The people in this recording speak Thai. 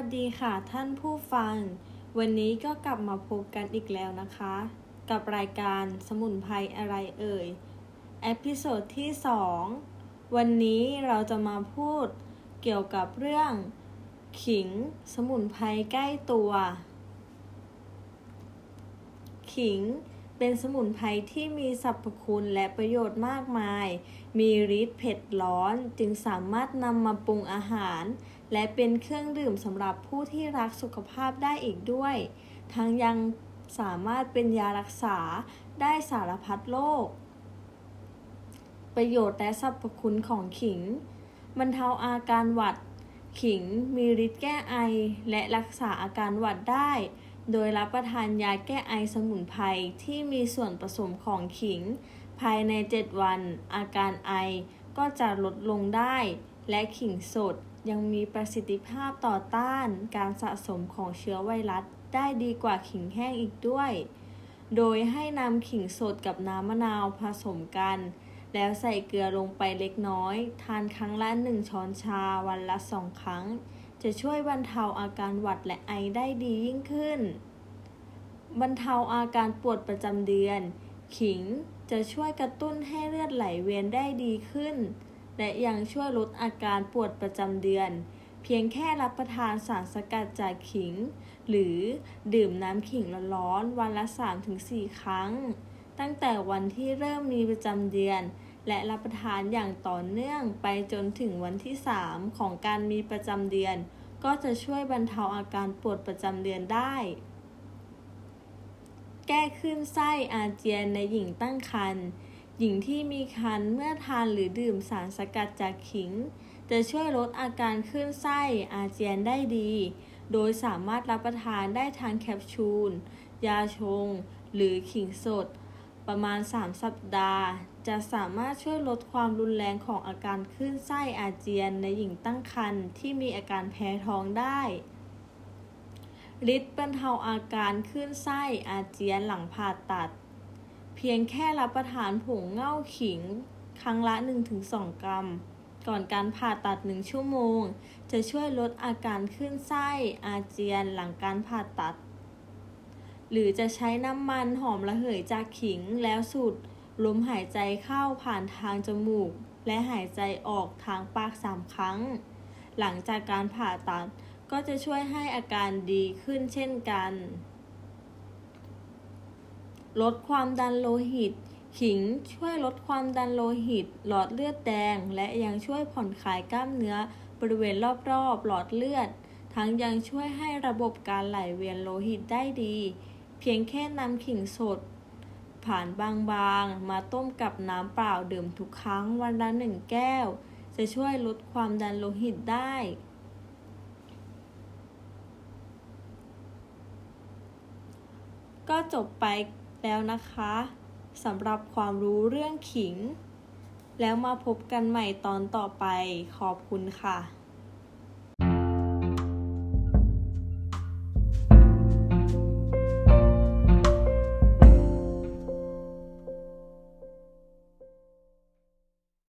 ดีค่ะท่านผู้ฟังวันนี้ก็กลับมาพบกันอีกแล้วนะคะกับรายการสมุนไพรอะไรเอ่ยเอพิโซดที่2วันนี้เราจะมาพูดเกี่ยวกับเรื่องขิงสมุนไพรใกล้ตัวขิงเป็นสมุนไพรที่มีสรรพคุณและประโยชน์มากมายมีฤทธิ์เผ็ดร้อนจึงสามารถนำมาปรุงอาหารและเป็นเครื่องดื่มสำหรับผู้ที่รักสุขภาพได้อีกด้วยทั้งยังสามารถเป็นยารักษาได้สารพัดโรคประโยชน์และสรรพคุณของขิงบรรเทาอาการหวัดขิงมีฤทธิ์แก้ไอและรักษาอาการหวัดได้โดยรับประทานยาแก้ไอสมุนไพรที่มีส่วนผสมของขิงภายใน7วันอาการไอก็จะลดลงได้และขิงสดยังมีประสิทธิภาพต่อต้านการสะสมของเชื้อไวรัสได้ดีกว่าขิงแห้งอีกด้วยโดยให้นำขิงสดกับน้ำมะนาวผสมกันแล้วใส่เกลือลงไปเล็กน้อยทานครั้งละ1 ช้อนชาวันละ2 ครั้งจะช่วยบรรเทาอาการหวัดและไอได้ดียิ่งขึ้นบรรเทาอาการปวดประจำเดือนขิงจะช่วยกระตุ้นให้เลือดไหลเวียนได้ดีขึ้นและยังช่วยลดอาการปวดประจำเดือนเพียงแค่รับประทานสารสกัดจากขิงหรือดื่มน้ำขิงร้อนๆวันละ 3-4 ครั้งตั้งแต่วันที่เริ่มมีประจำเดือนและรับประทานอย่างต่อเนื่องไปจนถึงวันที่3ของการมีประจำเดือนก็จะช่วยบรรเทาอาการปวดประจำเดือนได้แก้คลื่นไส้อาเจียนในหญิงตั้งครรภ์หญิงที่มีครรภ์เมื่อทานหรือดื่มสารสกัดจากขิงจะช่วยลดอาการคลื่นไส้อาเจียนได้ดีโดยสามารถรับประทานได้ทางแคปซูลยาชงหรือขิงสดประมาณ3 สัปดาห์จะสามารถช่วยลดความรุนแรงของอาการคลื่นไส้อาเจียนในหญิงตั้งครรภ์ที่มีอาการแพ้ท้องได้ฤทธิ์บรรเทาอาการคลื่นไส้อาเจียนหลังผ่าตัดเพียงแค่รับประทานผงเง่าขิงครั้งละ 1-2 กรัมก่อนการผ่าตัด1 ชั่วโมงจะช่วยลดอาการคลื่นไส้อาเจียนหลังการผ่าตัดหรือจะใช้น้ำมันหอมระเหยจากขิงแล้วสูดลมหายใจเข้าผ่านทางจมูกและหายใจออกทางปาก3 ครั้งหลังจากการผ่าตัดก็จะช่วยให้อาการดีขึ้นเช่นกันลดความดันโลหิตขิงช่วยลดความดันโลหิตหลอดเลือดแดงและยังช่วยผ่อนคลายกล้ามเนื้อบริเวณรอบๆหลอดเลือดทั้งยังช่วยให้ระบบการไหลเวียนโลหิตได้ดีเพียงแค่นำขิงสดผ่านบางๆมาต้มกับน้ำเปล่าดื่มทุกครั้งวันละ1 แก้วจะช่วยลดความดันโลหิตได้ก็จบไปแล้วนะคะสำหรับความรู้เรื่องขิงแล้วมาพบกันใหม่ตอนต่อไปขอบคุณค่ะ